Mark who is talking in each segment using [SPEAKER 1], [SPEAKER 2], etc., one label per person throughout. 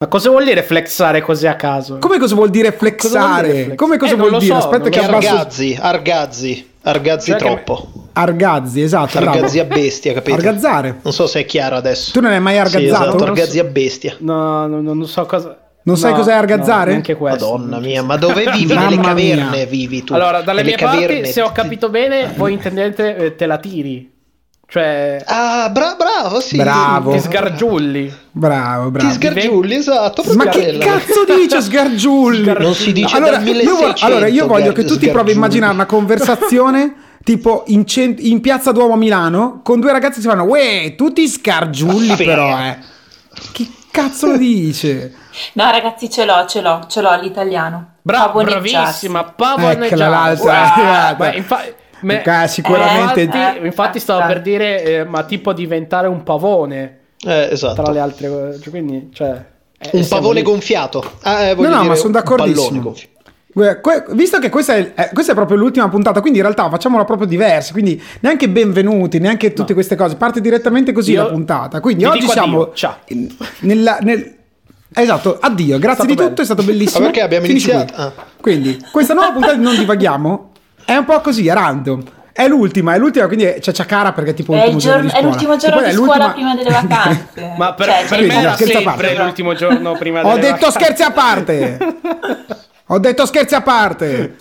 [SPEAKER 1] Ma cosa vuol dire flexare così a caso?
[SPEAKER 2] Come cosa vuol dire flexare? Come cosa vuol dire? Aspetta che
[SPEAKER 3] abbasso. Argazzi
[SPEAKER 1] Cioè
[SPEAKER 3] troppo.
[SPEAKER 2] Argazzi, esatto.
[SPEAKER 3] Argazzi a bestia, capito?
[SPEAKER 2] Argazzare.
[SPEAKER 3] Non so se è chiaro adesso.
[SPEAKER 2] Tu non hai mai argazzato?
[SPEAKER 3] Sì, esatto, argazzi a bestia.
[SPEAKER 1] No, non so cosa.
[SPEAKER 2] Non sai cos'è argazzare?
[SPEAKER 1] Neanche questo.
[SPEAKER 3] Madonna mia, ma dove vivi? Nelle caverne vivi tu?
[SPEAKER 1] Allora, dalle mie
[SPEAKER 3] caverne...
[SPEAKER 1] parti, se ho capito bene, voi intendete te la tiri. Cioè...
[SPEAKER 3] Ah, bravo, sì.
[SPEAKER 2] Bravo.
[SPEAKER 1] Ti sgargiulli.
[SPEAKER 2] Bravo.
[SPEAKER 3] Ti sgargiulli, esatto.
[SPEAKER 2] Ma che cazzo dice sgargiulli?
[SPEAKER 3] Non si dice
[SPEAKER 2] allora,
[SPEAKER 3] dal 1600.
[SPEAKER 2] Allora, io voglio che tu ti provi a immaginare una conversazione tipo in Piazza Duomo a Milano con due ragazzi che si fanno uè, tu ti sgargiulli però, Che cazzo lo dice?
[SPEAKER 4] No, ragazzi, ce l'ho all'italiano.
[SPEAKER 1] Bravissima, pavoneggiarsi.
[SPEAKER 2] Eccola l'altra. Sicuramente
[SPEAKER 1] infatti stavo per dire ma tipo diventare un pavone
[SPEAKER 3] esatto.
[SPEAKER 1] Tra le altre cose, quindi
[SPEAKER 3] un pavone gonfiato.
[SPEAKER 2] No, ma sono d'accordissimo. Visto che questa è proprio l'ultima puntata, quindi in realtà facciamola proprio diversa, quindi neanche benvenuti, neanche tutte queste cose, parte direttamente così la puntata. Quindi oggi siamo esatto, addio, grazie di tutto, è stato bellissimo.
[SPEAKER 3] Ma perché abbiamo iniziato?
[SPEAKER 2] Quindi questa nuova puntata di Non Divaghiamo è un po' così, a random. È l'ultima, quindi c'è Ciacara perché tipo
[SPEAKER 4] è l'ultimo giorno di scuola prima delle vacanze.
[SPEAKER 1] Ma per me era sempre l'ultimo giorno prima delle vacanze.
[SPEAKER 2] Ho detto scherzi a parte.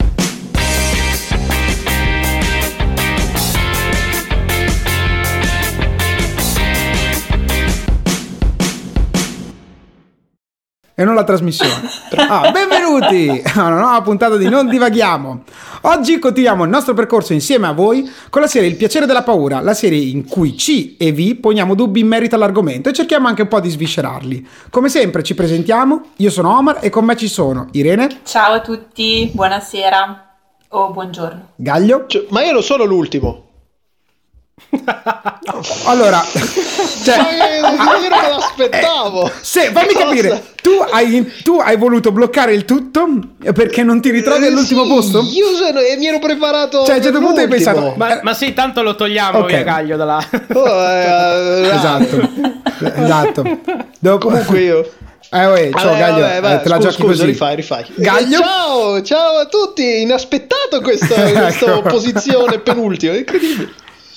[SPEAKER 2] E non la trasmissione. Benvenuti a una nuova puntata di Non Divaghiamo. Oggi continuiamo il nostro percorso insieme a voi con la serie Il piacere della paura, la serie in cui ci e vi poniamo dubbi in merito all'argomento e cerchiamo anche un po' di sviscerarli. Come sempre ci presentiamo, io sono Omar e con me ci sono Irene.
[SPEAKER 4] Ciao a tutti, buonasera o buongiorno.
[SPEAKER 2] Gaglio.
[SPEAKER 3] Ma io non sono l'ultimo.
[SPEAKER 2] Allora,
[SPEAKER 3] io non me l'aspettavo.
[SPEAKER 2] Fammi capire, tu hai voluto bloccare il tutto perché non ti ritrovi all'ultimo posto?
[SPEAKER 3] Io mi ero preparato.
[SPEAKER 2] Cioè, a un certo punto hai pensato,
[SPEAKER 1] ma sì, tanto lo togliamo via Gaglio da là.
[SPEAKER 2] Esatto.
[SPEAKER 3] Comunque io.
[SPEAKER 2] Ciao Gaglio, te la giochi così.
[SPEAKER 3] Rifai.
[SPEAKER 2] Gaglio?
[SPEAKER 3] Ciao a tutti, inaspettato questa posizione penultima, incredibile.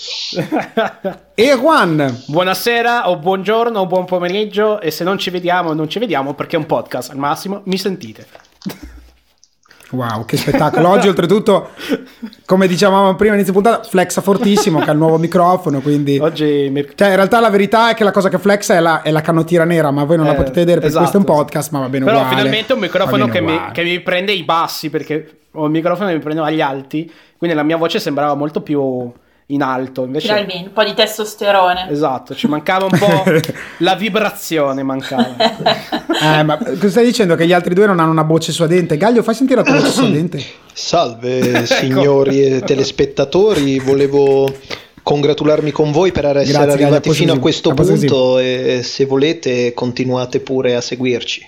[SPEAKER 2] E Juan,
[SPEAKER 1] buonasera o buongiorno o buon pomeriggio, e se non ci vediamo perché è un podcast, al massimo mi sentite.
[SPEAKER 2] Wow, che spettacolo. Oggi oltretutto, come dicevamo prima inizio puntata, flexa fortissimo, che ha il nuovo microfono, quindi oggi cioè in realtà la verità è che la cosa che flexa è la canottiera nera, ma voi non la potete vedere perché questo è un podcast, ma va bene uguale.
[SPEAKER 1] Però finalmente un microfono che mi prende i bassi, perché ho un microfono che mi prendeva gli alti, quindi la mia voce sembrava molto più in alto, invece
[SPEAKER 4] finalmente un po' di testosterone.
[SPEAKER 1] Esatto, ci mancava un po' la vibrazione, mancava.
[SPEAKER 2] Ma cosa stai dicendo? Che gli altri due non hanno una voce suadente? Gaglio, fai sentire la tua voce suadente.
[SPEAKER 3] Salve signori e telespettatori, volevo congratularmi con voi per essere arrivati fino a questo punto e se volete continuate pure a seguirci.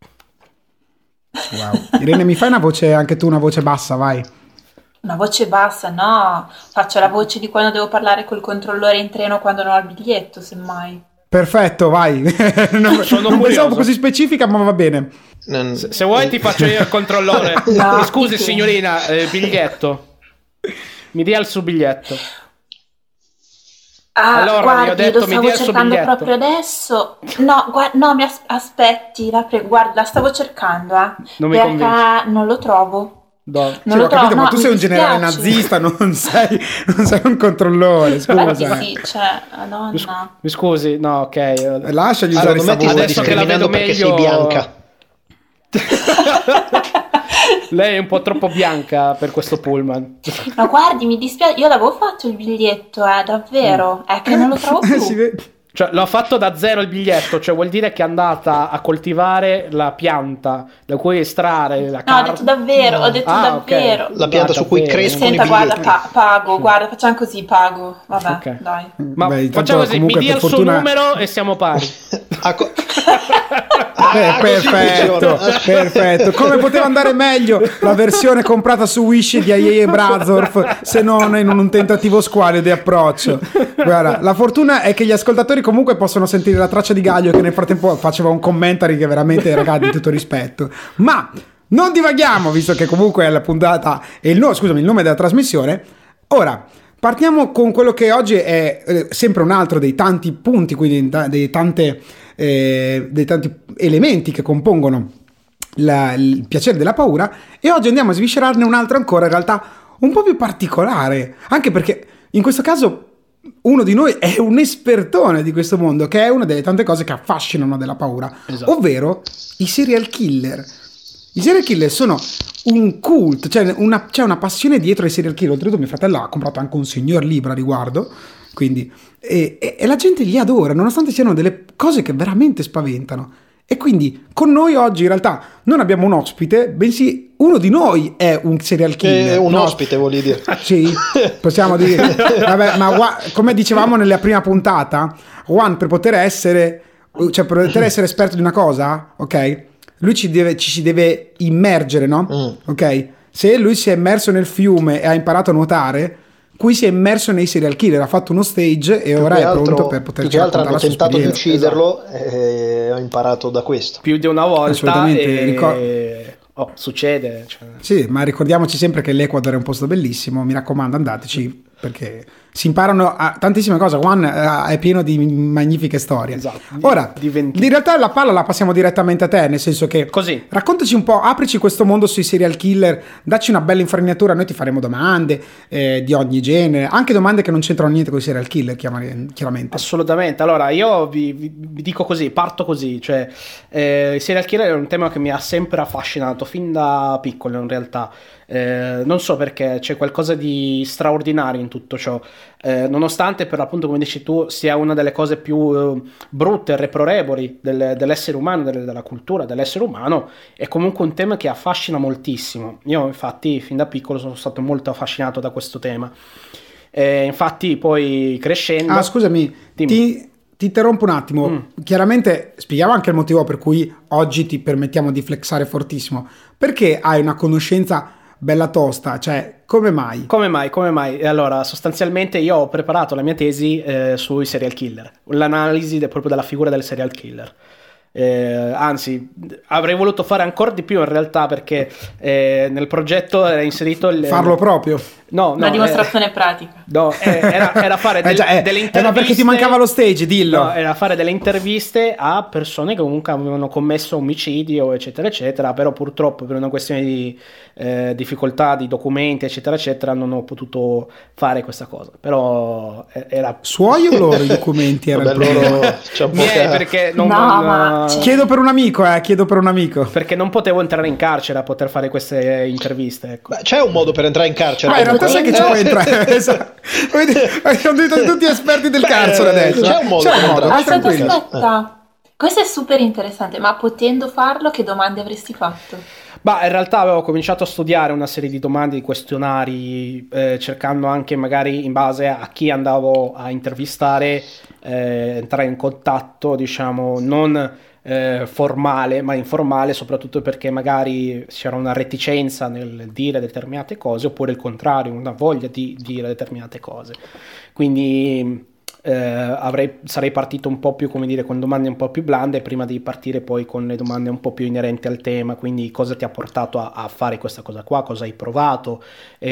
[SPEAKER 2] Wow. Irene, mi fai una voce, anche tu una voce bassa, vai.
[SPEAKER 4] Una voce bassa, no, faccio la voce di quando devo parlare col controllore in treno quando non ho il biglietto, semmai.
[SPEAKER 2] Perfetto, vai. non pensavo così specifica, ma va bene.
[SPEAKER 1] Se vuoi ti faccio io il controllore.
[SPEAKER 4] No,
[SPEAKER 1] scusi signorina, biglietto. Mi dia il suo biglietto.
[SPEAKER 4] Allora, guardi, ho detto, lo stavo cercando proprio adesso. No, mi aspetti, la prego, guarda, la stavo cercando,
[SPEAKER 1] Non mi convince.
[SPEAKER 4] Non lo trovo.
[SPEAKER 2] Non lo trovo, ma tu sei un generale nazista, non sei un controllore, scusa.
[SPEAKER 4] Sì, cioè, madonna.
[SPEAKER 1] Mi scusi, no, ok.
[SPEAKER 2] Lasciagli usare questa voce.
[SPEAKER 1] Adesso che la vedo meglio,
[SPEAKER 3] sei bianca.
[SPEAKER 1] Lei è un po' troppo bianca per questo pullman.
[SPEAKER 4] Ma guardi, mi dispiace, io l'avevo fatto il biglietto, davvero. È che non lo trovo più.
[SPEAKER 2] Si vede.
[SPEAKER 1] Cioè, l'ho fatto da zero il biglietto, cioè vuol dire che è andata a coltivare la pianta da cui estrarre la carta.
[SPEAKER 4] No, ho detto davvero,
[SPEAKER 3] Okay. La pianta su cui crescono i biglietti.
[SPEAKER 4] Guarda, pago, guarda, facciamo così, pago. Vabbè, dai.
[SPEAKER 1] Ma facciamo così, mi dia il suo numero e siamo pari.
[SPEAKER 2] Perfetto. Come poteva andare meglio la versione comprata su Wish di Aie Brazorf, se non in un tentativo squallido di approccio. Guarda, la fortuna è che gli ascoltatori comunque possono sentire la traccia di Gaglio che nel frattempo faceva un commentary che veramente, ragazzi, di tutto rispetto. Ma non divaghiamo, visto che comunque è la puntata e il nome della trasmissione. Ora partiamo con quello che oggi è sempre un altro dei tanti punti, quindi dei tanti elementi che compongono il piacere della paura, e oggi andiamo a sviscerarne un altro ancora, in realtà un po' più particolare, anche perché in questo caso uno di noi è un espertone di questo mondo, che è una delle tante cose che affascinano della paura, esatto, ovvero i serial killer. I serial killer sono un cult, c'è una passione dietro ai serial killer. Oltretutto mio fratello ha comprato anche un signor libro a riguardo, quindi e la gente li adora, nonostante siano delle cose che veramente spaventano. E quindi con noi oggi in realtà non abbiamo un ospite, bensì uno di noi è un serial killer.
[SPEAKER 3] Ospite vuol dire.
[SPEAKER 2] Sì, possiamo dire. Vabbè, ma come dicevamo nella prima puntata, Juan per poter essere esperto di una cosa, ok? Lui ci deve immergere, no? Ok? Se lui si è immerso nel fiume e ha imparato a nuotare, qui si è immerso nei serial killer, ha fatto uno stage e ora è pronto per poterci raccontare la sua esperienza.
[SPEAKER 3] Hanno tentato di ucciderlo, e ho imparato da questo.
[SPEAKER 1] Più di una volta.
[SPEAKER 2] Assolutamente.
[SPEAKER 1] Succede. Cioè.
[SPEAKER 2] Sì, ma ricordiamoci sempre che l'Ecuador è un posto bellissimo, mi raccomando, andateci, perché si imparano tantissime cose. Juan è pieno di magnifiche storie.
[SPEAKER 1] Esatto.
[SPEAKER 2] Ora, in realtà la palla la passiamo direttamente a te, nel senso che
[SPEAKER 1] così,
[SPEAKER 2] raccontaci un po', aprici questo mondo sui serial killer, dacci una bella infarinatura, noi ti faremo domande di ogni genere, anche domande che non c'entrano niente con i serial killer, chiaramente.
[SPEAKER 1] Assolutamente. Allora, io vi dico così, parto così, cioè il serial killer è un tema che mi ha sempre affascinato, fin da piccolo in realtà. Non so perché c'è qualcosa di straordinario in tutto ciò, nonostante per l'appunto, come dici tu, sia una delle cose più brutte e reprorevoli dell'essere umano, della cultura dell'essere umano, è comunque un tema che affascina moltissimo. Io infatti fin da piccolo sono stato molto affascinato da questo tema, infatti poi crescendo...
[SPEAKER 2] Scusami, ti interrompo un attimo. Chiaramente spieghiamo anche il motivo per cui oggi ti permettiamo di flexare fortissimo, perché hai una conoscenza bella tosta, cioè come mai?
[SPEAKER 1] Come mai? Allora, sostanzialmente io ho preparato la mia tesi sui serial killer, l'analisi proprio della figura del serial killer. Anzi, avrei voluto fare ancora di più in realtà, perché nel progetto era inserito
[SPEAKER 2] farlo proprio.
[SPEAKER 1] No,
[SPEAKER 4] una dimostrazione pratica.
[SPEAKER 1] No, era fare delle interviste.
[SPEAKER 2] Ma perché ti mancava lo stage, dillo.
[SPEAKER 1] No, era fare delle interviste a persone che comunque avevano commesso omicidio, eccetera, eccetera. Però purtroppo per una questione di difficoltà di documenti, eccetera, eccetera, non ho potuto fare questa cosa. Però era
[SPEAKER 2] suoi o loro i documenti erano
[SPEAKER 1] perché
[SPEAKER 2] chiedo per un amico.
[SPEAKER 1] Perché non potevo entrare in carcere a poter fare queste interviste. Ecco.
[SPEAKER 3] Beh, c'è un modo per entrare in carcere.
[SPEAKER 2] Ma in realtà sai che ci puoi entrare. Esatto. Siamo diventati tutti esperti del carcere adesso.
[SPEAKER 3] C'è un modo.
[SPEAKER 4] Aspetta. Questo è super interessante, ma potendo farlo, che domande avresti fatto?
[SPEAKER 1] In realtà avevo cominciato a studiare una serie di domande, di questionari, cercando anche magari in base a chi andavo a intervistare, entrare in contatto, diciamo, non formale ma informale, soprattutto perché magari c'era una reticenza nel dire determinate cose, oppure il contrario, una voglia di dire determinate cose. Quindi sarei partito un po' più, come dire, con domande un po' più blande prima di partire poi con le domande un po' più inerenti al tema. Quindi cosa ti ha portato a fare questa cosa qua, cosa hai provato,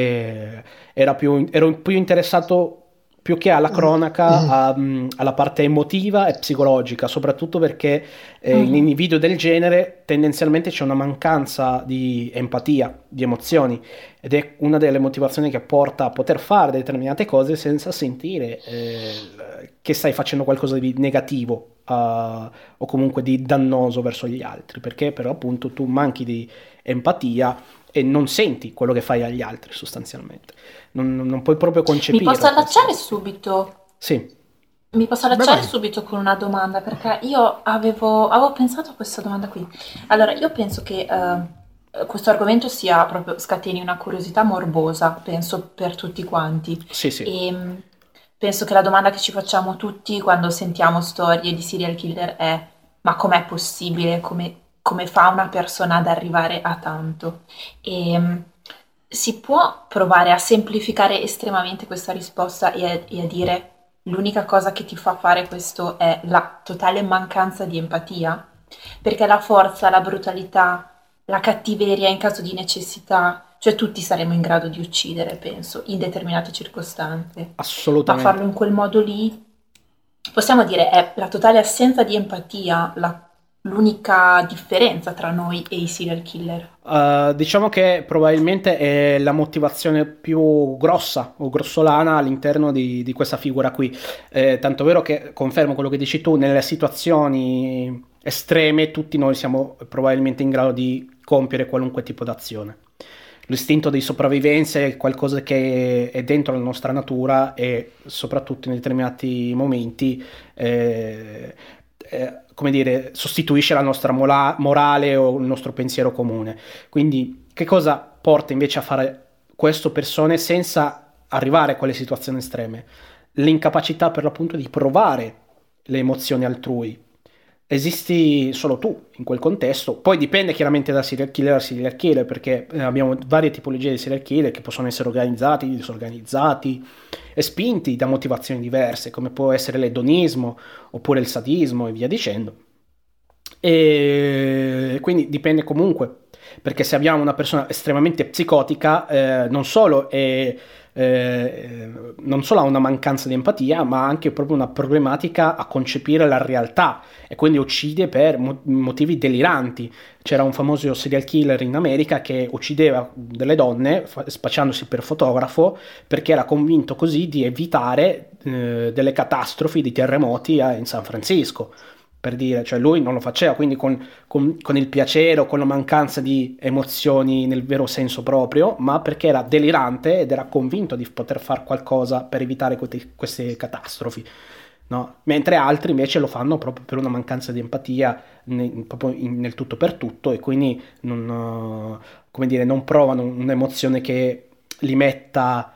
[SPEAKER 1] ero più interessato più che alla cronaca, alla parte emotiva e psicologica, soprattutto perché in video del genere tendenzialmente c'è una mancanza di empatia, di emozioni, ed è una delle motivazioni che porta a poter fare determinate cose senza sentire che stai facendo qualcosa di negativo o comunque di dannoso verso gli altri, perché però appunto tu manchi di empatia e non senti quello che fai agli altri sostanzialmente. Non puoi proprio concepire.
[SPEAKER 4] Mi posso allacciare subito?
[SPEAKER 1] Sì.
[SPEAKER 4] Mi posso allacciare subito con una domanda, perché io avevo pensato a questa domanda qui. Allora, io penso che questo argomento sia proprio scateni una curiosità morbosa, penso per tutti quanti.
[SPEAKER 1] Sì.
[SPEAKER 4] E penso che la domanda che ci facciamo tutti quando sentiamo storie di serial killer è: ma com'è possibile, come fa una persona ad arrivare a tanto? E si può provare a semplificare estremamente questa risposta e a dire l'unica cosa che ti fa fare questo è la totale mancanza di empatia? Perché la forza, la brutalità, la cattiveria in caso di necessità, cioè tutti saremmo in grado di uccidere, penso, in determinate circostanze. Ma
[SPEAKER 1] Assolutamente.
[SPEAKER 4] farlo in quel modo lì, possiamo dire, è la totale assenza di empatia, l'unica differenza tra noi e i serial killer.
[SPEAKER 1] Diciamo che probabilmente è la motivazione più grossa o grossolana all'interno di questa figura qui. Tanto vero che confermo quello che dici tu, nelle situazioni estreme tutti noi siamo probabilmente in grado di compiere qualunque tipo d'azione. L'istinto di sopravvivenza è qualcosa che è dentro la nostra natura e soprattutto in determinati momenti come dire, sostituisce la nostra morale o il nostro pensiero comune. Quindi che cosa porta invece a fare questo persone senza arrivare a quelle situazioni estreme? L'incapacità per l'appunto di provare le emozioni altrui. Esisti solo tu in quel contesto, poi dipende chiaramente da serial killer a serial killer, perché abbiamo varie tipologie di serial killer che possono essere organizzati, disorganizzati e spinti da motivazioni diverse, come può essere l'edonismo oppure il sadismo e via dicendo. E quindi dipende comunque, perché se abbiamo una persona estremamente psicotica, non solo ha una mancanza di empatia, ma anche proprio una problematica a concepire la realtà e quindi uccide per motivi deliranti. C'era un famoso serial killer in America che uccideva delle donne spacciandosi per fotografo perché era convinto così di evitare delle catastrofi, di terremoti in San Francisco. Per dire, cioè lui non lo faceva quindi con il piacere o con la mancanza di emozioni nel vero senso proprio, ma perché era delirante ed era convinto di poter fare qualcosa per evitare queste catastrofi, no? Mentre altri invece lo fanno proprio per una mancanza di empatia proprio nel tutto per tutto e quindi non, come dire, non provano un'emozione che li metta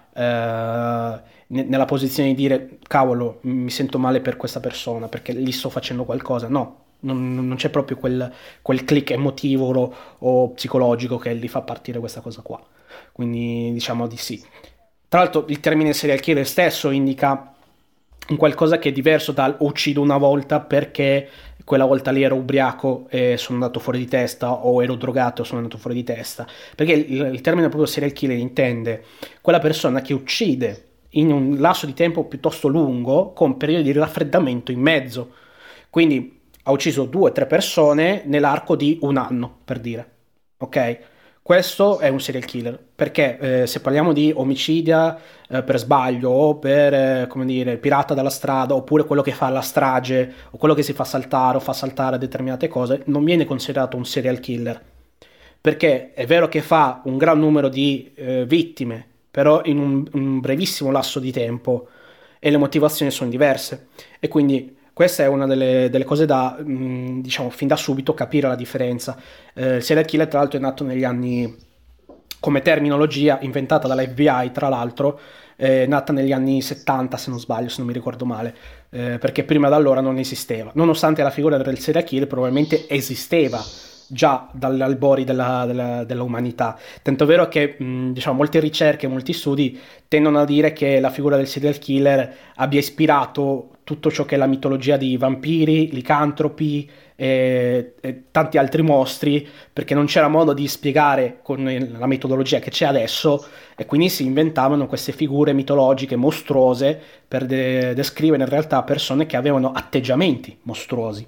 [SPEAKER 1] nella posizione di dire cavolo, mi sento male per questa persona perché gli sto facendo qualcosa. No, non c'è proprio quel click emotivo o psicologico che gli fa partire questa cosa qua. Quindi diciamo di sì. Tra l'altro il termine serial killer stesso indica un qualcosa che è diverso dal uccido una volta perché quella volta lì ero ubriaco e sono andato fuori di testa, o ero drogato e sono andato fuori di testa, perché il termine proprio serial killer intende quella persona che uccide in un lasso di tempo piuttosto lungo con periodi di raffreddamento in mezzo. Quindi ha ucciso 2 o 3 persone nell'arco di un anno, per dire, ok? Questo è un serial killer, perché se parliamo di omicidia per sbaglio o per, come dire, pirata dalla strada, oppure quello che fa la strage, o quello che si fa saltare o fa saltare determinate cose, non viene considerato un serial killer. Perché è vero che fa un gran numero di vittime, però in un brevissimo lasso di tempo, e le motivazioni sono diverse. E quindi questa è una delle cose da, diciamo, fin da subito capire la differenza. Il serial killer, tra l'altro, è nato negli anni, come terminologia, inventata dall'FBI, tra l'altro, è nata negli anni 70, se non sbaglio, se non mi ricordo male, perché prima da allora non esisteva. Nonostante la figura del serial killer probabilmente esisteva già dagli albori dell'umanità. Tanto vero che diciamo, molte ricerche, molti studi tendono a dire che la figura del serial killer abbia ispirato tutto ciò che è la mitologia di vampiri, licantropi e tanti altri mostri, perché non c'era modo di spiegare con la metodologia che c'è adesso, e quindi si inventavano queste figure mitologiche mostruose per descrivere in realtà persone che avevano atteggiamenti mostruosi.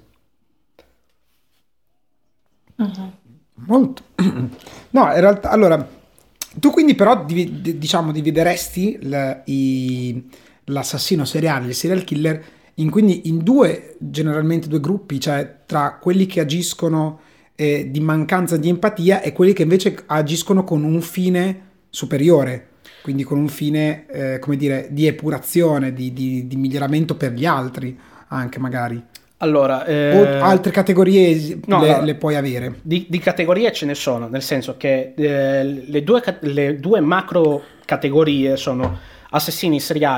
[SPEAKER 4] Mhm.
[SPEAKER 2] Molto. No, in realtà, allora, tu quindi però diciamo divideresti l'assassino seriale, il serial killer, quindi in generalmente due gruppi, cioè tra quelli che agiscono di mancanza di empatia e quelli che invece agiscono con un fine superiore, quindi con un fine, come dire, di epurazione, di miglioramento per gli altri, anche magari.
[SPEAKER 1] Allora,
[SPEAKER 2] o altre categorie le puoi avere?
[SPEAKER 1] Di categorie ce ne sono, nel senso che le due macro categorie sono assassini seriali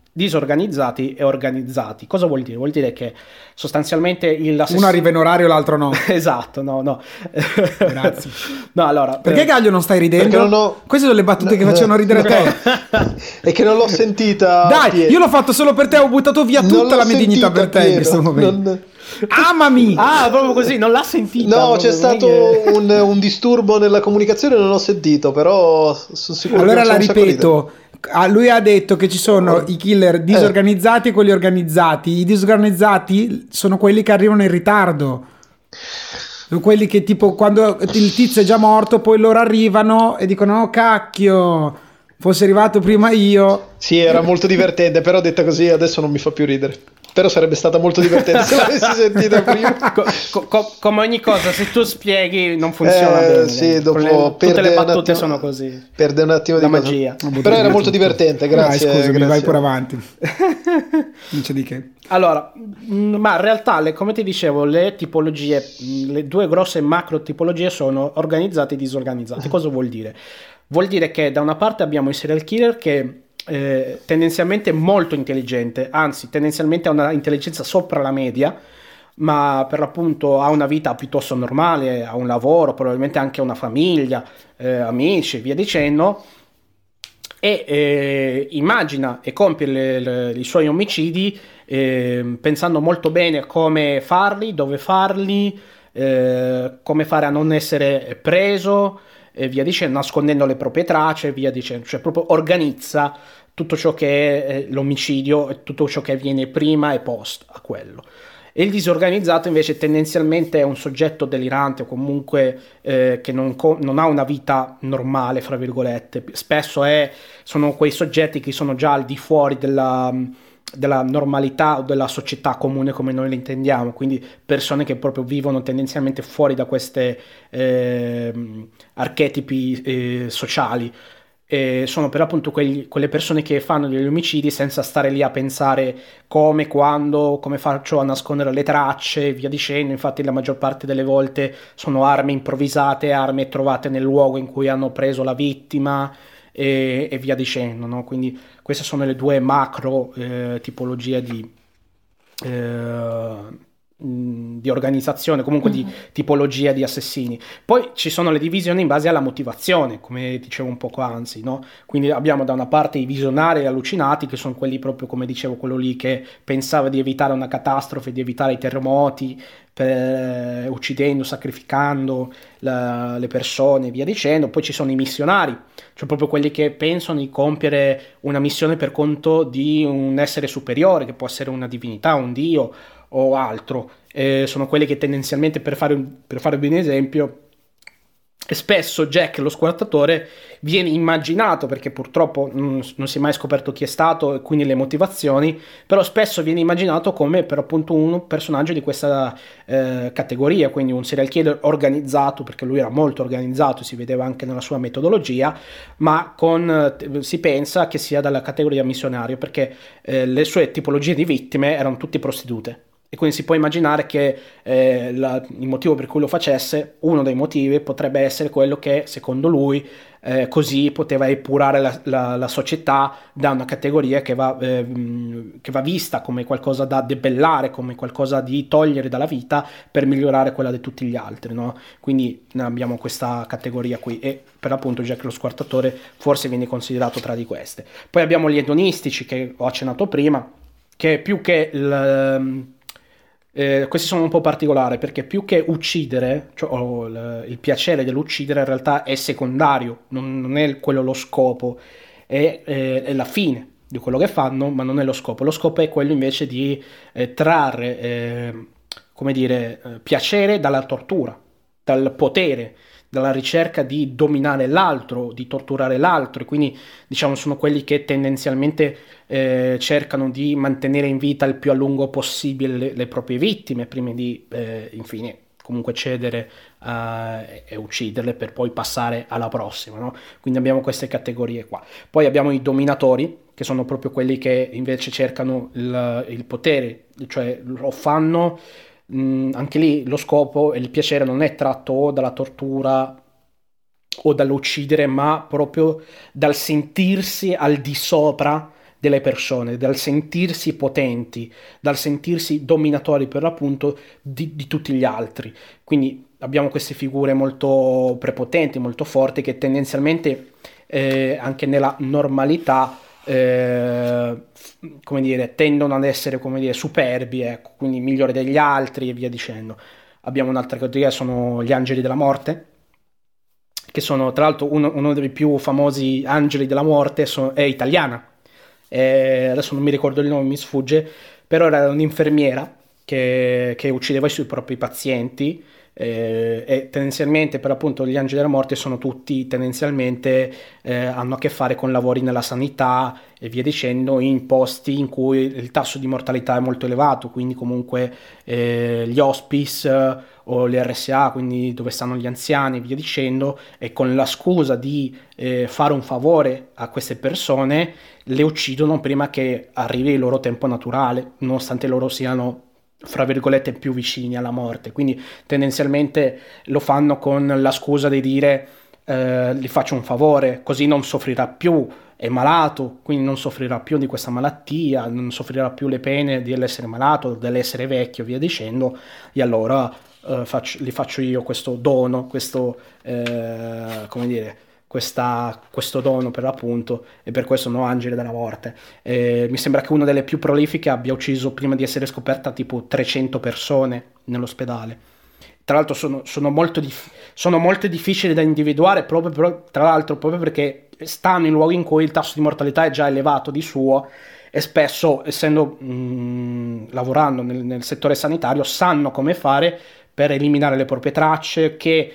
[SPEAKER 1] disorganizzati e organizzati. Cosa vuol dire? Vuol dire che sostanzialmente
[SPEAKER 2] uno arriva in orario, l'altro no.
[SPEAKER 1] Esatto, no.
[SPEAKER 2] Grazie.
[SPEAKER 1] No, allora,
[SPEAKER 2] perché Gaglio non stai ridendo? Queste sono le battute che facevano ridere te.
[SPEAKER 3] È che non l'ho sentita.
[SPEAKER 2] Dai,
[SPEAKER 3] Piero.
[SPEAKER 2] Io l'ho fatto solo per te, ho buttato via tutta la mia dignità per te in questo momento. Amami!
[SPEAKER 1] Ah, proprio così, non l'ha sentita.
[SPEAKER 3] No, c'è stato un disturbo nella comunicazione, non l'ho sentito, però sono sicuro.
[SPEAKER 2] Allora la ripeto. Lui ha detto che ci sono i killer disorganizzati e quelli organizzati. I disorganizzati sono quelli che arrivano in ritardo. Sono quelli che tipo quando il tizio è già morto, poi loro arrivano e dicono: oh cacchio, fossi arrivato prima io.
[SPEAKER 3] Sì, era molto divertente, però detta così adesso non mi fa più ridere. Però sarebbe stata molto divertente se l'avessi sentita prima.
[SPEAKER 1] Come ogni cosa, se tu spieghi non funziona bene.
[SPEAKER 3] Sì, dopo
[SPEAKER 1] tutte le battute sono così.
[SPEAKER 3] Perde un attimo
[SPEAKER 1] la
[SPEAKER 3] di
[SPEAKER 1] magia.
[SPEAKER 3] Però era molto divertente, grazie.
[SPEAKER 2] Scusami,
[SPEAKER 3] grazie.
[SPEAKER 2] vai pure avanti. Non c'è di che.
[SPEAKER 1] Allora, ma in realtà, come ti dicevo, le tipologie, le due grosse macro tipologie sono organizzate e disorganizzate. Cosa vuol dire? Vuol dire che da una parte abbiamo il serial killer che tendenzialmente molto intelligente, anzi tendenzialmente ha una intelligenza sopra la media, ma per l'appunto ha una vita piuttosto normale, ha un lavoro, probabilmente anche una famiglia, amici, via dicendo, e immagina e compie i suoi omicidi pensando molto bene a come farli, dove farli, come fare a non essere preso, e via dicendo, nascondendo le proprie tracce, via dicendo, cioè proprio organizza tutto ciò che è l'omicidio e tutto ciò che avviene prima e post a quello. E il disorganizzato invece tendenzialmente è un soggetto delirante o comunque che non ha una vita normale, fra virgolette. Spesso sono quei soggetti che sono già al di fuori della normalità o della società comune come noi la intendiamo, quindi persone che proprio vivono tendenzialmente fuori da queste archetipi sociali. Sono per appunto quelle persone che fanno degli omicidi senza stare lì a pensare come, quando, come faccio a nascondere le tracce e via dicendo. Infatti la maggior parte delle volte sono armi improvvisate, armi trovate nel luogo in cui hanno preso la vittima e via dicendo, no? Quindi queste sono le due macro tipologie di organizzazione, comunque di tipologia di assassini. Poi ci sono le divisioni in base alla motivazione, come dicevo un poco anzi, no? Quindi abbiamo da una parte i visionari e allucinati, che sono quelli proprio, come dicevo, quello lì che pensava di evitare una catastrofe, di evitare i terremoti, uccidendo, sacrificando le persone e via dicendo. Poi ci sono i missionari, cioè proprio quelli che pensano di compiere una missione per conto di un essere superiore, che può essere una divinità, un dio o altro. Sono quelli che tendenzialmente, per fare un esempio, spesso Jack lo squartatore viene immaginato, perché purtroppo non si è mai scoperto chi è stato e quindi le motivazioni, però spesso viene immaginato come per appunto un personaggio di questa categoria, quindi un serial killer organizzato, perché lui era molto organizzato, si vedeva anche nella sua metodologia, ma si pensa che sia dalla categoria missionario, perché le sue tipologie di vittime erano tutte prostitute. E quindi si può immaginare che il motivo per cui lo facesse, uno dei motivi potrebbe essere quello che secondo lui così poteva epurare la società da una categoria che va vista come qualcosa da debellare, come qualcosa di togliere dalla vita per migliorare quella di tutti gli altri, no? Quindi abbiamo questa categoria qui, e per appunto Jack lo squartatore forse viene considerato tra di queste. Poi abbiamo gli edonistici, che ho accennato prima, che più che questi sono un po' particolari, perché più che uccidere, cioè, il piacere dell'uccidere in realtà è secondario, non è quello lo scopo, è la fine di quello che fanno, ma non è lo scopo. Lo scopo è quello invece di trarre piacere dalla tortura, dal potere, dalla ricerca di dominare l'altro, di torturare l'altro, e quindi diciamo sono quelli che tendenzialmente cercano di mantenere in vita il più a lungo possibile le proprie vittime prima di infine comunque cedere e ucciderle per poi passare alla prossima, no? Quindi abbiamo queste categorie qua. Poi abbiamo i dominatori, che sono proprio quelli che invece cercano il potere, cioè lo fanno. Anche lì lo scopo e il piacere non è tratto o dalla tortura o dall'uccidere, ma proprio dal sentirsi al di sopra delle persone, dal sentirsi potenti, dal sentirsi dominatori per l'appunto di tutti gli altri. Quindi abbiamo queste figure molto prepotenti, molto forti, che tendenzialmente anche nella normalità come dire, tendono ad essere, come dire, superbi, ecco, quindi migliori degli altri e via dicendo. Abbiamo un'altra categoria, sono gli angeli della morte, che sono tra l'altro uno dei più famosi angeli della morte, è italiana. Adesso non mi ricordo il nome, mi sfugge, però era un'infermiera che uccideva i suoi propri pazienti, e tendenzialmente, per appunto, gli angeli della morte sono tutti tendenzialmente hanno a che fare con lavori nella sanità e via dicendo, in posti in cui il tasso di mortalità è molto elevato, quindi comunque gli hospice o le RSA, quindi dove stanno gli anziani e via dicendo, e con la scusa di fare un favore a queste persone le uccidono prima che arrivi il loro tempo naturale, nonostante loro siano, fra virgolette, più vicini alla morte. Quindi tendenzialmente lo fanno con la scusa di dire gli faccio un favore, così non soffrirà più, è malato, quindi non soffrirà più di questa malattia, non soffrirà più le pene dell'essere malato, dell'essere vecchio, via dicendo, e allora gli faccio io questo dono, questo come dire, questo dono per l'appunto, e per questo no, angeli della morte. Mi sembra che una delle più prolifiche abbia ucciso, prima di essere scoperta, tipo 300 persone nell'ospedale. Tra l'altro sono molto difficili da individuare, proprio perché stanno in luoghi in cui il tasso di mortalità è già elevato di suo, e spesso, essendo lavorando nel settore sanitario, sanno come fare per eliminare le proprie tracce,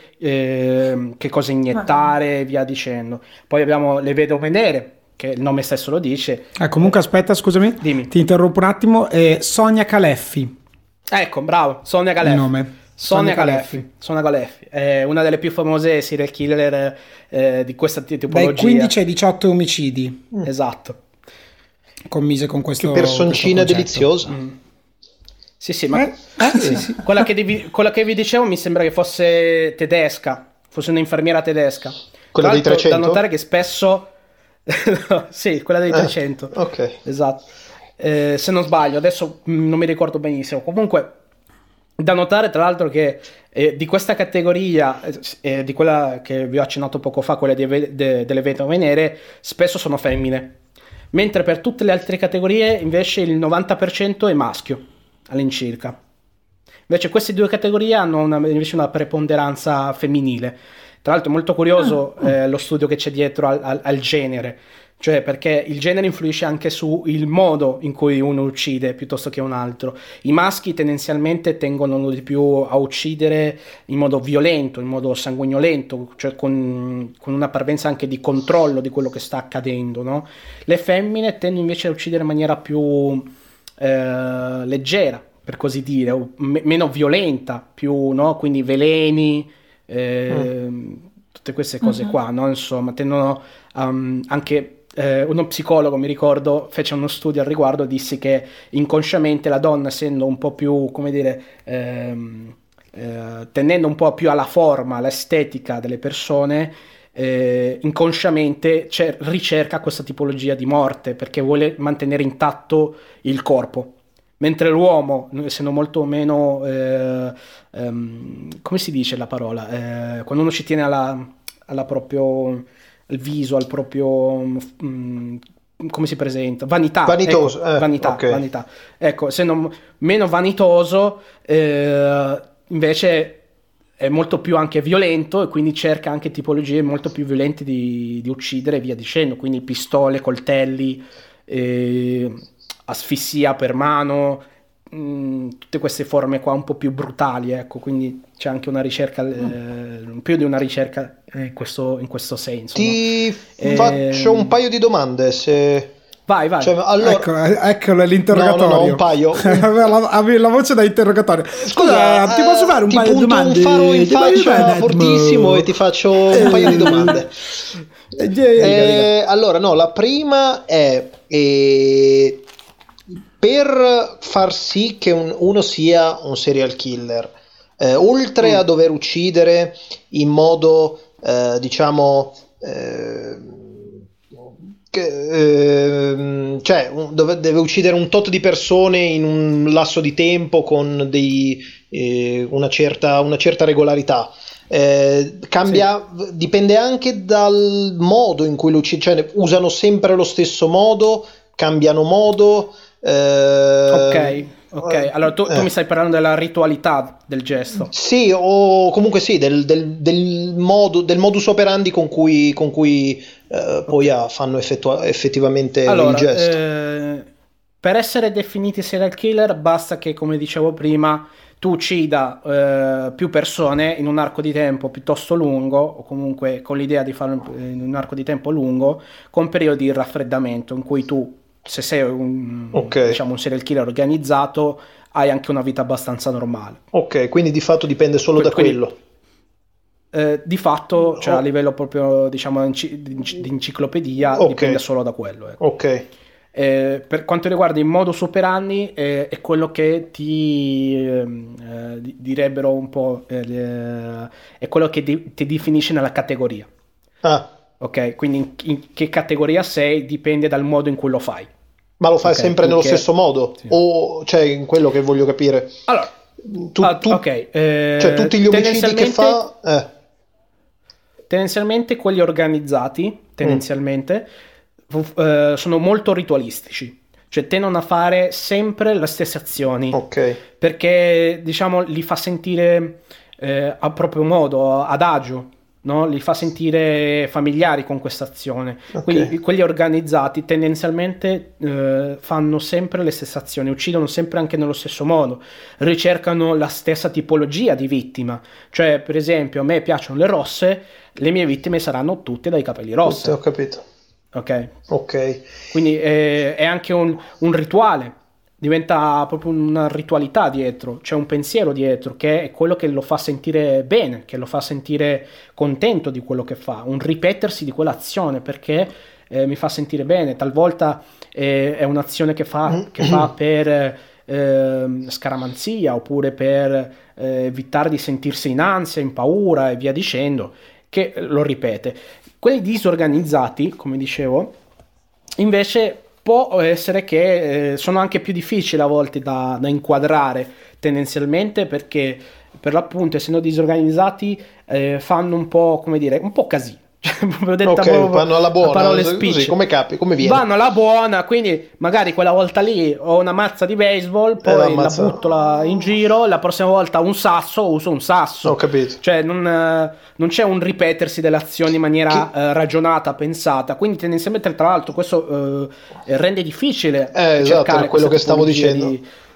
[SPEAKER 1] che cosa iniettare e via dicendo. Poi abbiamo le vedove nere, che il nome stesso lo dice.
[SPEAKER 2] Comunque aspetta, scusami,
[SPEAKER 1] dimmi.
[SPEAKER 2] Ti interrompo un attimo. Sonia Caleffi.
[SPEAKER 1] Ecco, bravo, Sonia Caleffi.
[SPEAKER 2] Il nome.
[SPEAKER 1] Sonia Caleffi è una delle più famose serial killer di questa tipologia.
[SPEAKER 2] Dai 15 ai 18 omicidi.
[SPEAKER 1] Esatto.
[SPEAKER 2] Commise con questo.
[SPEAKER 3] Che personcina deliziosa.
[SPEAKER 1] Sì, ma sì. Quella che vi dicevo mi sembra che fosse tedesca, fosse un'infermiera tedesca.
[SPEAKER 3] Quella dei 300?
[SPEAKER 1] Da notare che spesso sì, quella dei 300.
[SPEAKER 3] Ok.
[SPEAKER 1] Esatto. Se non sbaglio, adesso non mi ricordo benissimo. Comunque, da notare tra l'altro che di questa categoria, di quella che vi ho accennato poco fa, quella delle vedove nere, spesso sono femmine, mentre per tutte le altre categorie invece il 90% è maschio all'incirca. Invece queste due categorie hanno invece una preponderanza femminile. Tra l'altro è molto curioso lo studio che c'è dietro al genere, cioè perché il genere influisce anche sul modo in cui uno uccide piuttosto che un altro. I maschi tendenzialmente tendono di più a uccidere in modo violento, in modo sanguinolento, cioè con una parvenza anche di controllo di quello che sta accadendo, no? Le femmine tendono invece a uccidere in maniera più leggera, per così dire, o meno violenta, più, no? Quindi veleni, tutte queste cose qua, no? Insomma, tendono anche uno psicologo, mi ricordo, fece uno studio al riguardo, disse che inconsciamente la donna, essendo un po' più, come dire, tendendo un po' più alla forma, all'estetica delle persone, inconsciamente ricerca questa tipologia di morte perché vuole mantenere intatto il corpo, mentre l'uomo, essendo molto meno come si dice la parola, quando uno ci tiene alla proprio il viso, al proprio come si presenta,
[SPEAKER 3] vanitoso,
[SPEAKER 1] ecco, vanità,
[SPEAKER 3] okay.
[SPEAKER 1] Vanità, ecco, essendo meno vanitoso, invece è molto più anche violento, e quindi cerca anche tipologie molto più violente di uccidere e via dicendo, quindi pistole, coltelli, asfissia per mano, tutte queste forme qua un po' più brutali, ecco. Quindi c'è anche una ricerca, più di una ricerca in questo senso.
[SPEAKER 3] Ti faccio un paio di domande, se...
[SPEAKER 1] Vai.
[SPEAKER 3] Cioè, allora...
[SPEAKER 2] Ecco l'interrogatorio.
[SPEAKER 3] No, un paio.
[SPEAKER 2] Avevi la voce da interrogatorio. Scusa, ti posso fare un paio di domande?
[SPEAKER 3] Ti punto un faro in faccia fortissimo e ti faccio un paio di domande. Allora, no, la prima è per far sì che uno sia un serial killer, oltre a dover uccidere in modo, diciamo... deve uccidere un tot di persone in un lasso di tempo con una certa regolarità. Cambia, sì. Dipende anche dal modo in cui lo uccide, cioè usano sempre lo stesso modo, cambiano modo.
[SPEAKER 1] Ok, allora tu mi stai parlando della ritualità del gesto.
[SPEAKER 3] Sì, o comunque sì, del modus operandi con cui poi fanno effettivamente il gesto.
[SPEAKER 1] Per essere definiti serial killer basta che, come dicevo prima, tu uccida più persone in un arco di tempo piuttosto lungo, o comunque con l'idea di farlo in un arco di tempo lungo, con periodi di raffreddamento in cui tu, se sei un serial killer organizzato, hai anche una vita abbastanza normale.
[SPEAKER 3] Ok, quindi di fatto dipende solo da quello.
[SPEAKER 1] Di fatto, cioè a livello proprio di enciclopedia, dipende solo da quello. Ecco.
[SPEAKER 3] Ok.
[SPEAKER 1] Per quanto riguarda il modus operandi, è quello che ti direbbero un po', è quello che ti definisce nella categoria. Ok, quindi in che categoria sei dipende dal modo in cui lo fai.
[SPEAKER 3] Ma lo fai sempre nello stesso modo? Sì. O cioè in quello che voglio capire?
[SPEAKER 1] Allora,
[SPEAKER 3] cioè tutti gli omicidi che fa...
[SPEAKER 1] Tendenzialmente quelli organizzati, sono molto ritualistici. Cioè tendono a fare sempre le stesse azioni. Perché, diciamo, li fa sentire a proprio modo, ad agio. No? Li fa sentire familiari con questa azione. Quindi quelli organizzati tendenzialmente fanno sempre le stesse azioni, uccidono sempre anche nello stesso modo, ricercano la stessa tipologia di vittima. Cioè, per esempio, a me piacciono le rosse, le mie vittime saranno tutte dai capelli rossi.
[SPEAKER 3] Ho capito.
[SPEAKER 1] Ok. Quindi è anche un rituale. Diventa proprio una ritualità dietro, c'è un pensiero dietro che è quello che lo fa sentire bene, che lo fa sentire contento di quello che fa, un ripetersi di quell'azione perché mi fa sentire bene. Talvolta è un'azione che fa per scaramanzia oppure per evitare di sentirsi in ansia, in paura e via dicendo, che lo ripete. Quelli disorganizzati, come dicevo, invece può essere che sono anche più difficili a volte da inquadrare tendenzialmente, perché per l'appunto, essendo disorganizzati, fanno un po', come dire, un po' casino.
[SPEAKER 3] Vanno alla buona, così, come viene?
[SPEAKER 1] Vanno alla buona, quindi magari quella volta lì ho una mazza di baseball, poi la butto in giro, la prossima volta uso un sasso.
[SPEAKER 3] Ho capito.
[SPEAKER 1] Cioè non c'è un ripetersi delle azioni in maniera ragionata, pensata, quindi tendenzialmente, tra l'altro, questo rende difficile
[SPEAKER 3] esatto, quello che stavo dicendo.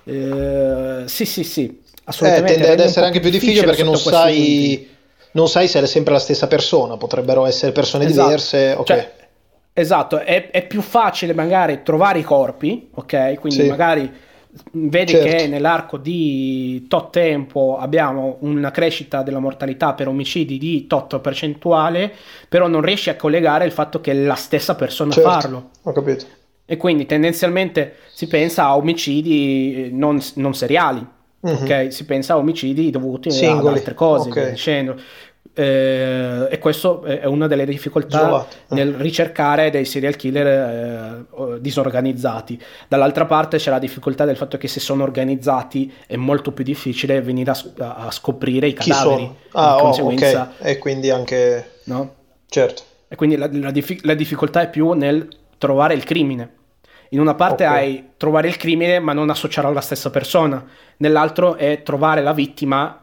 [SPEAKER 1] Sì, assolutamente.
[SPEAKER 3] Tende ad essere anche più difficile perché non sai se è sempre la stessa persona, potrebbero essere persone diverse.
[SPEAKER 1] Cioè, esatto, è più facile magari trovare i corpi, ok? Quindi magari vedi che nell'arco di tot tempo abbiamo una crescita della mortalità per omicidi di tot percentuale, però non riesci a collegare il fatto che è la stessa persona a farlo.
[SPEAKER 3] Ho capito.
[SPEAKER 1] E quindi tendenzialmente si pensa a omicidi non seriali. Ok, si pensa a omicidi dovuti ad altre cose, dicendo. E questo è una delle difficoltà nel ricercare dei serial killer disorganizzati. Dall'altra parte c'è la difficoltà del fatto che se sono organizzati è molto più difficile venire a scoprire i cadaveri. Di conseguenza,
[SPEAKER 3] e quindi anche certo.
[SPEAKER 1] E quindi la difficoltà è più nel trovare il crimine. In una parte hai trovare il crimine ma non associarlo alla stessa persona, nell'altro è trovare la vittima,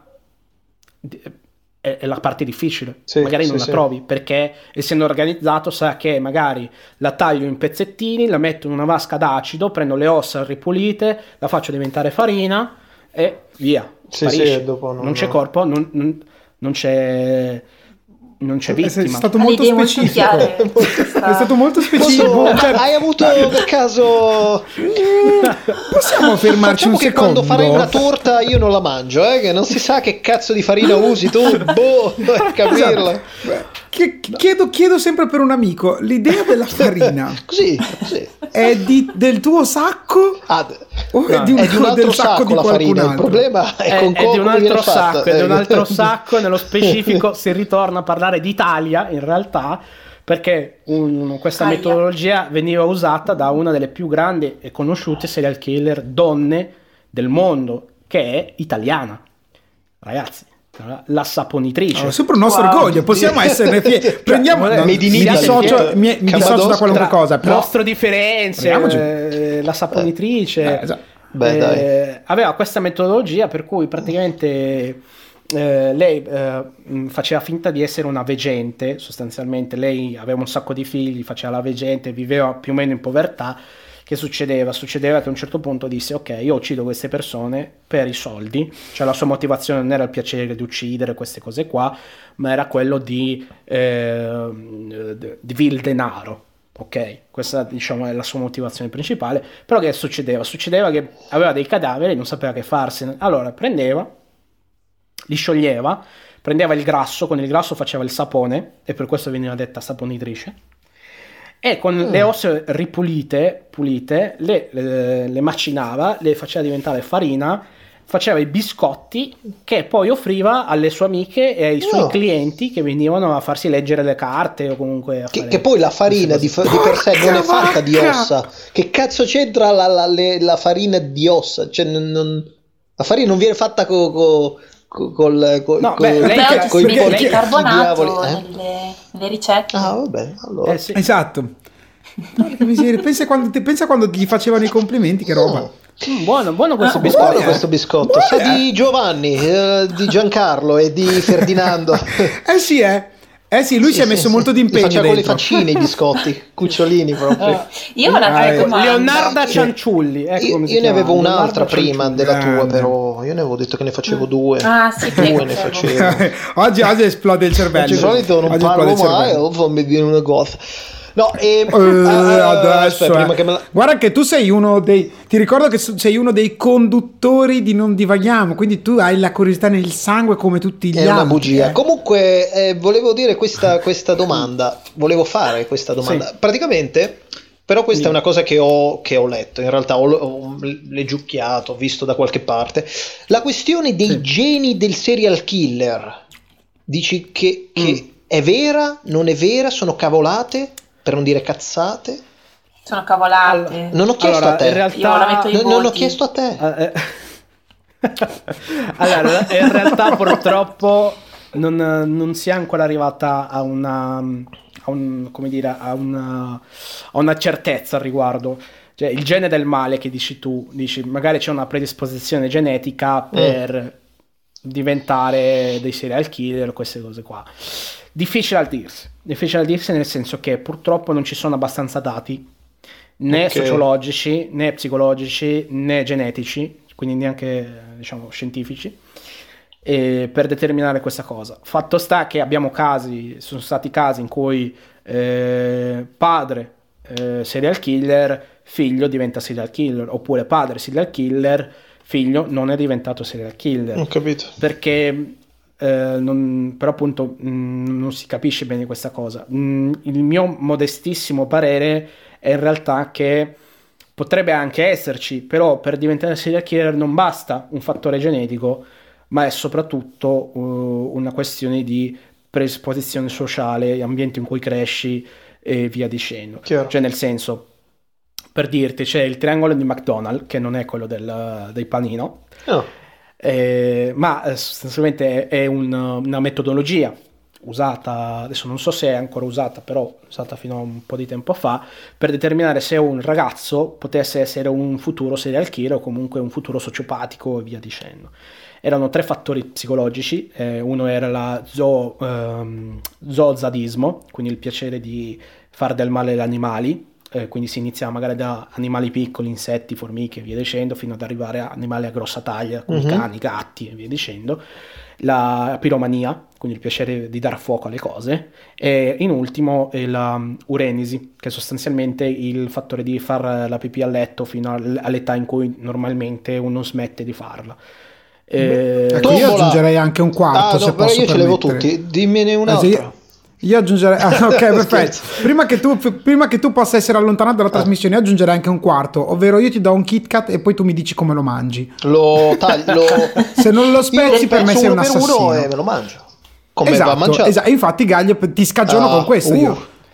[SPEAKER 1] è la parte difficile. Magari non la trovi perché, essendo organizzato, sa che magari la taglio in pezzettini, la metto in una vasca d'acido, prendo le ossa ripulite, la faccio diventare farina e via, sparisce.
[SPEAKER 3] Dopo
[SPEAKER 1] non c'è corpo, non c'è vittima.
[SPEAKER 2] È stato molto specifico. È stato molto specifico.
[SPEAKER 3] Hai avuto per caso?
[SPEAKER 2] Possiamo fermarci un secondo?
[SPEAKER 3] Che quando farai una torta io non la mangio, che non si sa che cazzo di farina usi tu, per capirla.
[SPEAKER 2] Chiedo sempre per un amico, l'idea della farina
[SPEAKER 3] così
[SPEAKER 2] è del tuo sacco o è di un altro sacco di qualcun altro?
[SPEAKER 3] Il problema è
[SPEAKER 1] di un altro sacco, nello specifico si ritorna a parlare d'Italia in realtà, perché questa metodologia veniva usata da una delle più grandi e conosciute serial killer donne del mondo, che è italiana, ragazzi, la Saponitrice.
[SPEAKER 2] Sempre un nostro orgoglio, possiamo esserne fieri. Prendiamo, mi dissocio da qualunque cosa, però
[SPEAKER 1] nostro differenze, la Saponitrice aveva questa metodologia per cui praticamente lei faceva finta di essere una veggente, sostanzialmente. Lei aveva un sacco di figli, faceva la veggente, viveva più o meno in povertà. Che succedeva? Succedeva che a un certo punto disse: ok, io uccido queste persone per i soldi, cioè la sua motivazione non era il piacere di uccidere queste cose qua, ma era quello di il denaro. Ok, questa diciamo è la sua motivazione principale. Però che succedeva? Succedeva che aveva dei cadaveri, non sapeva che farsene, allora prendeva, li scioglieva, prendeva il grasso, con il grasso faceva il sapone, e per questo veniva detta Saponitrice, e con le ossa ripulite, le macinava, le faceva diventare farina, faceva i biscotti che poi offriva alle sue amiche e ai suoi clienti che venivano a farsi leggere le carte o comunque a fare
[SPEAKER 3] che poi la farina di per sé non è fatta di ossa. Che cazzo c'entra la farina di ossa? Cioè, la farina non viene fatta con
[SPEAKER 4] il carbonato nelle ricette.
[SPEAKER 3] Vabbè, allora.
[SPEAKER 2] Sì. Esatto. Pensa quando gli facevano i complimenti, che roba.
[SPEAKER 1] Buono questo biscotto.
[SPEAKER 3] Buono questo biscotto. Sa di Giovanni, di Giancarlo e di Ferdinando.
[SPEAKER 2] Sì, lui si è messo molto d'impegno.
[SPEAKER 3] Faceva con le faccine i biscotti, cucciolini proprio.
[SPEAKER 4] Io ho una domanda.
[SPEAKER 1] Leonarda Cianciulli.
[SPEAKER 3] Io ne avevo un'altra prima della tua, però io ne avevo detto che ne facevo due. Due ne facevo.
[SPEAKER 2] Oggi esplode il cervello.
[SPEAKER 3] Di solito non parlo mai, mi viene una cosa. No,
[SPEAKER 2] adesso prima che me la... Guarda che tu sei uno dei... Ti ricordo che sei uno dei conduttori di Non Divaghiamo, quindi tu hai la curiosità nel sangue come tutti gli altri.
[SPEAKER 3] È una bugia. Comunque volevo dire questa domanda. Volevo fare questa domanda. Sì. Praticamente, però questa è una cosa che ho letto. In realtà ho leggiucchiato, ho visto da qualche parte. La questione dei geni del serial killer. Dici che è vera? Non è vera? Sono cavolate? Per non dire cazzate?
[SPEAKER 4] Sono cavolate.
[SPEAKER 3] Non ho chiesto a te.
[SPEAKER 1] In realtà
[SPEAKER 3] non ho chiesto a te.
[SPEAKER 1] Allora, in realtà purtroppo non si è ancora arrivata a una certezza al riguardo. Cioè, il gene del male che dici magari c'è una predisposizione genetica per diventare dei serial killer, queste cose qua. Difficile a dirsi nel senso che purtroppo non ci sono abbastanza dati né sociologici, né psicologici, né genetici, quindi neanche diciamo scientifici, per determinare questa cosa. Fatto sta che sono stati casi in cui padre serial killer, figlio diventa serial killer, oppure padre serial killer, figlio non è diventato serial killer.
[SPEAKER 3] Ho capito.
[SPEAKER 1] Perché però appunto non si capisce bene questa cosa. Il mio modestissimo parere è in realtà che potrebbe anche esserci, però per diventare serial killer non basta un fattore genetico, ma è soprattutto una questione di predisposizione sociale, ambiente in cui cresci e via dicendo.
[SPEAKER 3] Chiaro.
[SPEAKER 1] Cioè, nel senso, per dirti, c'è il triangolo di McDonald's, che non è quello del panino, ma sostanzialmente è una metodologia usata, adesso non so se è ancora usata, però usata fino a un po' di tempo fa, per determinare se un ragazzo potesse essere un futuro serial killer o comunque un futuro sociopatico e via dicendo. Erano 3 fattori psicologici, uno era la zoozadismo, quindi il piacere di fare del male agli animali, quindi si inizia magari da animali piccoli, insetti, formiche e via dicendo, fino ad arrivare a animali a grossa taglia, come cani, gatti e via dicendo. La piromania, quindi il piacere di dar fuoco alle cose, e in ultimo la urenisi, che è sostanzialmente il fattore di far la pipì a letto fino all'età in cui normalmente uno smette di farla.
[SPEAKER 2] Io aggiungerei anche un quarto, se posso
[SPEAKER 3] io ce l'avevo tutti, dimmene un'altra.
[SPEAKER 2] Io aggiungerei ok, perfetto. Prima che tu possa essere allontanato dalla trasmissione, io aggiungerei anche un quarto, ovvero io ti do un Kit Kat e poi tu mi dici come lo mangi.
[SPEAKER 3] Lo taglio.
[SPEAKER 2] Se non lo spezzi, per me sei un assassino.
[SPEAKER 3] Me lo mangio. Come va mangiato.
[SPEAKER 2] Esatto. Infatti Gaglio ti scagiono con questo io.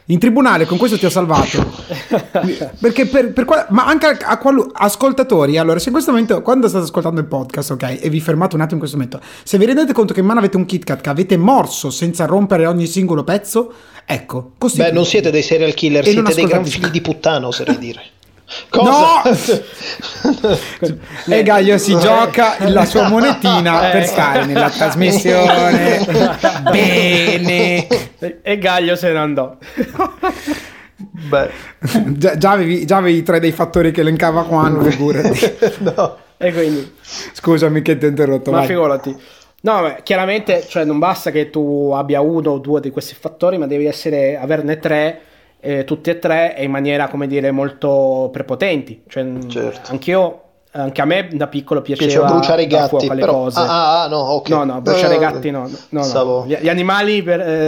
[SPEAKER 2] In tribunale, con questo ti ho salvato. Perché ma anche a ascoltatori, allora, se in questo momento, quando state ascoltando il podcast, ok, e vi fermate un attimo in questo momento, se vi rendete conto che in mano avete un Kit Kat che avete morso senza rompere ogni singolo pezzo, ecco.
[SPEAKER 3] Beh, non siete dei serial killer, siete dei gran figli di puttana, oserei dire. Cosa?
[SPEAKER 2] No! E Gaio si gioca la sua monetina per stare nella trasmissione. Bene.
[SPEAKER 1] E Gaio se ne andò.
[SPEAKER 3] Beh.
[SPEAKER 2] Già avevi 3 dei fattori che elencava qua, figurati.
[SPEAKER 3] No.
[SPEAKER 1] E quindi
[SPEAKER 2] scusami che ti ho interrotto.
[SPEAKER 1] Ma vai. Figurati. No, beh, chiaramente, cioè, non basta che tu abbia 1 o 2 di questi fattori, ma devi averne 3. Tutti e 3 in maniera, come dire, molto prepotenti. Cioè, certo. Anche a me da piccolo piaceva
[SPEAKER 3] bruciare i gatti,
[SPEAKER 1] alle cose.
[SPEAKER 3] No, ok.
[SPEAKER 1] No, bruciare i gatti no. Gli animali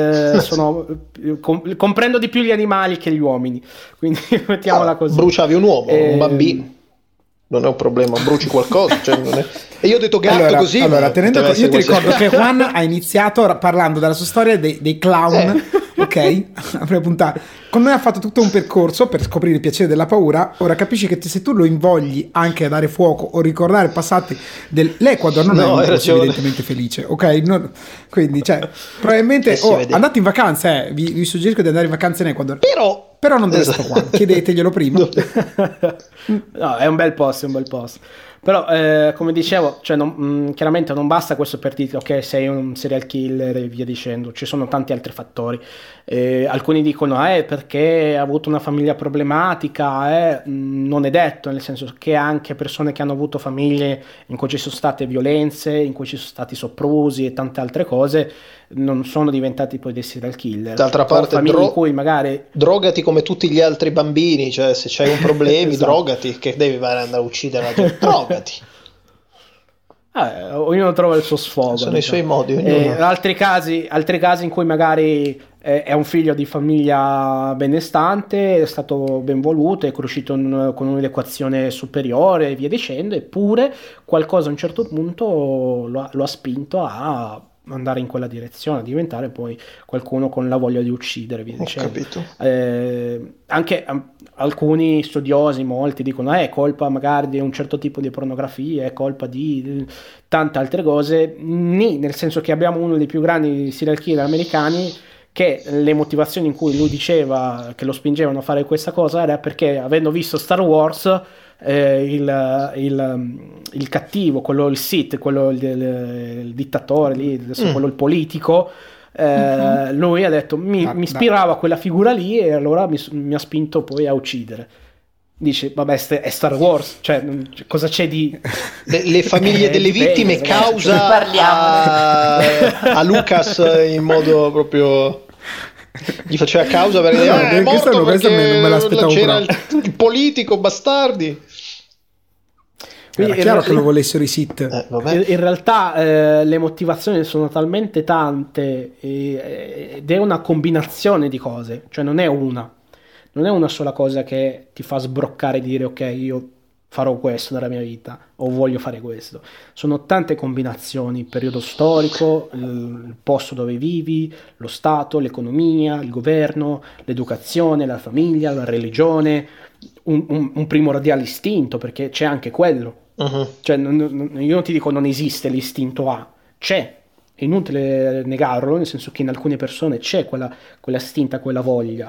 [SPEAKER 1] comprendo di più gli animali che gli uomini, quindi mettiamola così.
[SPEAKER 3] Bruciavi un uomo, un bambino. Non è un problema, bruci qualcosa, cioè non è... E io ho detto gatto così.
[SPEAKER 2] Allora, tenendo conto, io ti ricordo che Juan ha iniziato parlando della sua storia dei clown, ok? La prima puntata. Con noi ha fatto tutto un percorso per scoprire il piacere della paura. Ora capisci che se tu lo invogli anche a dare fuoco o ricordare passati dell'Ecuador non è un posto evidentemente felice, ok? Quindi, cioè, probabilmente andate in vacanza, vi suggerisco di andare in vacanza in Ecuador. Però non deve stare qua, chiedeteglielo prima.
[SPEAKER 1] No, è un bel posto. Però, come dicevo, cioè chiaramente non basta questo per dire ok, sei un serial killer e via dicendo, ci sono tanti altri fattori. Alcuni dicono perché ha avuto una famiglia problematica, non è detto, nel senso che anche persone che hanno avuto famiglie in cui ci sono state violenze, in cui ci sono stati soprusi e tante altre cose, non sono diventati poi dei serial killer.
[SPEAKER 3] D'altra parte,
[SPEAKER 1] in cui magari
[SPEAKER 3] drogati come tutti gli altri bambini, cioè se c'hai un problema esatto. Drogati, che devi andare a uccidere la gente, drogati.
[SPEAKER 1] Ognuno trova il suo sfogo.
[SPEAKER 3] Sono i suoi modi.
[SPEAKER 1] Altri casi in cui magari è un figlio di famiglia benestante, è stato ben voluto, è cresciuto con un'educazione superiore e via dicendo, eppure qualcosa a un certo punto lo ha spinto a andare in quella direzione, a diventare poi qualcuno con la voglia di uccidere, via dicendo.
[SPEAKER 3] Capito.
[SPEAKER 1] Anche alcuni studiosi, molti dicono è colpa magari di un certo tipo di pornografia, è colpa di tante altre cose, nel senso che abbiamo uno dei più grandi serial killer americani che le motivazioni in cui lui diceva che lo spingevano a fare questa cosa era perché, avendo visto Star Wars, il cattivo, quello il Sith, quello il dittatore lì, adesso quello il politico, lui ha detto mi ispirava a quella figura lì e allora mi ha spinto poi a uccidere. Dice vabbè, è Star Wars, cioè cosa c'è di
[SPEAKER 3] le famiglie delle vittime causa a Lucas in modo proprio gli faceva causa perché è morto perché non me l'aspettavo, c'era il politico, bastardi.
[SPEAKER 2] Quindi era chiaro che lo volessero i Sith.
[SPEAKER 1] In realtà le motivazioni sono talmente tante ed è una combinazione di cose, cioè non è una sola cosa che ti fa sbroccare e dire ok, io farò questo nella mia vita o voglio fare questo. Sono tante combinazioni: il periodo storico, il posto dove vivi, lo stato, l'economia, il governo, l'educazione, la famiglia, la religione, un primordiale istinto, perché c'è anche quello. Cioè, io non ti dico non esiste l'istinto A, c'è, è inutile negarlo, nel senso che in alcune persone c'è quella istinta, quella voglia.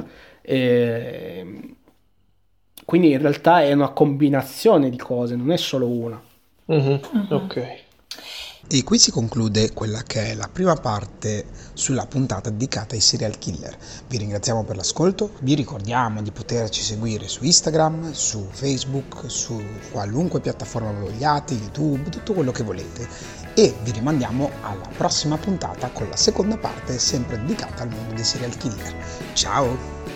[SPEAKER 1] Quindi in realtà è una combinazione di cose, non è solo una.
[SPEAKER 3] Ok.
[SPEAKER 2] E qui si conclude quella che è la prima parte sulla puntata dedicata ai serial killer. Vi ringraziamo per l'ascolto, vi ricordiamo di poterci seguire su Instagram, su Facebook, su qualunque piattaforma vogliate, YouTube, tutto quello che volete. E vi rimandiamo alla prossima puntata con la seconda parte sempre dedicata al mondo dei serial killer. Ciao!